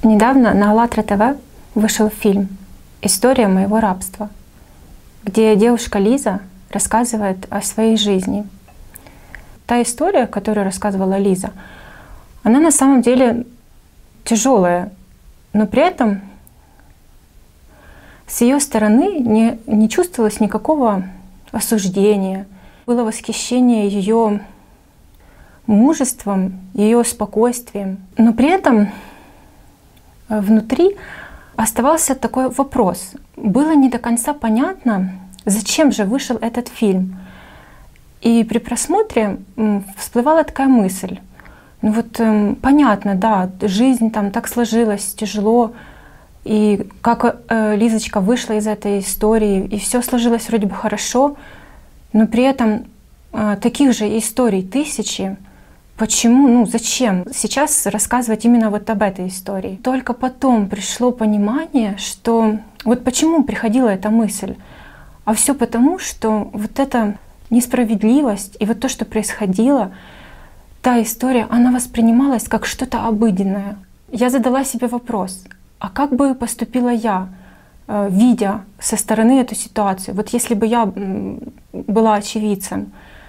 Недавно на АЛЛАТРА ТВ вышел фильм «История моего рабства», где девушка Лиза рассказывает о своей жизни. Та история, которую рассказывала Лиза, она на самом деле тяжелая, но при этом с ее стороны не чувствовалось никакого осуждения. Было восхищение ее мужеством, ее спокойствием. Но при этом внутри оставался такой вопрос. Было не до конца понятно, зачем же вышел этот фильм. И при просмотре всплывала такая мысль. Ну вот понятно, да, жизнь там так сложилась, тяжело. И как Лизочка вышла из этой истории, и все сложилось вроде бы хорошо, но при этом таких же историй тысячи. Почему, зачем сейчас рассказывать именно вот об этой истории? Только потом пришло понимание, что вот почему приходила эта мысль. А все потому, что вот эта несправедливость и вот то, что происходило, та история, она воспринималась как что-то обыденное. Я задала себе вопрос, а как бы поступила я, видя со стороны эту ситуацию? Вот если бы я была очевидцем.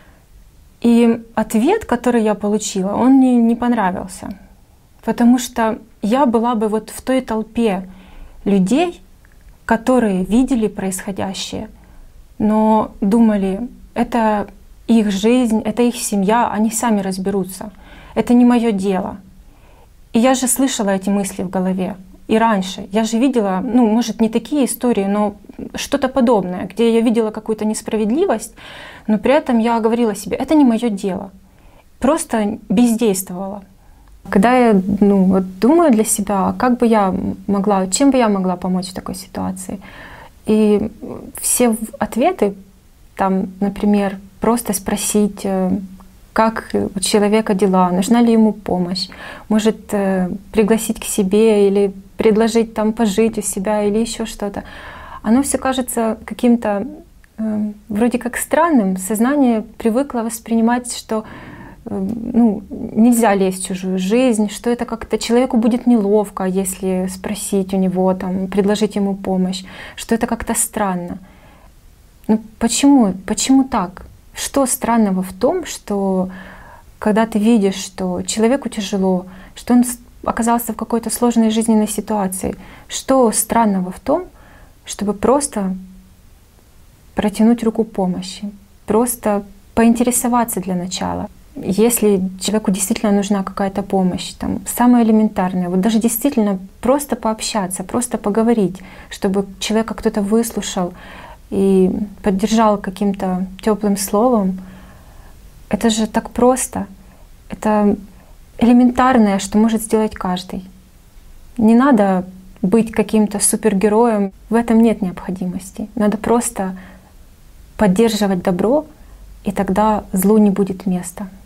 И ответ, который я получила, он мне не понравился. Потому что я была бы вот в той толпе людей, которые видели происходящее, но думали, это их жизнь, это их семья, они сами разберутся. Это не мое дело. И я же слышала эти мысли в голове. И раньше. Я же видела, может, не такие истории, но что-то подобное, где я видела какую-то несправедливость, но при этом я говорила себе, это не мое дело. Просто бездействовала. Когда я думаю для себя, как бы я могла, чем бы я могла помочь в такой ситуации. И все ответы, там, например, просто спросить, как у человека дела, нужна ли ему помощь, может пригласить к себе или предложить там пожить у себя или еще что-то. Оно все кажется каким-то вроде как странным. Сознание привыкло воспринимать, что нельзя лезть в чужую жизнь, что это как-то человеку будет неловко, если спросить у него, там, предложить ему помощь, что это как-то странно. Почему так? Что странного в том, что когда ты видишь, что человеку тяжело, что он оказался в какой-то сложной жизненной ситуации, что странного в том, чтобы просто протянуть руку помощи, просто поинтересоваться для начала. Если человеку действительно нужна какая-то помощь, там, самая элементарная, вот даже действительно просто пообщаться, просто поговорить, чтобы человека кто-то выслушал и поддержал каким-то теплым словом, это же так просто. Это элементарное, что может сделать каждый. Не надо быть каким-то супергероем, в этом нет необходимости. Надо просто поддерживать добро, и тогда злу не будет места.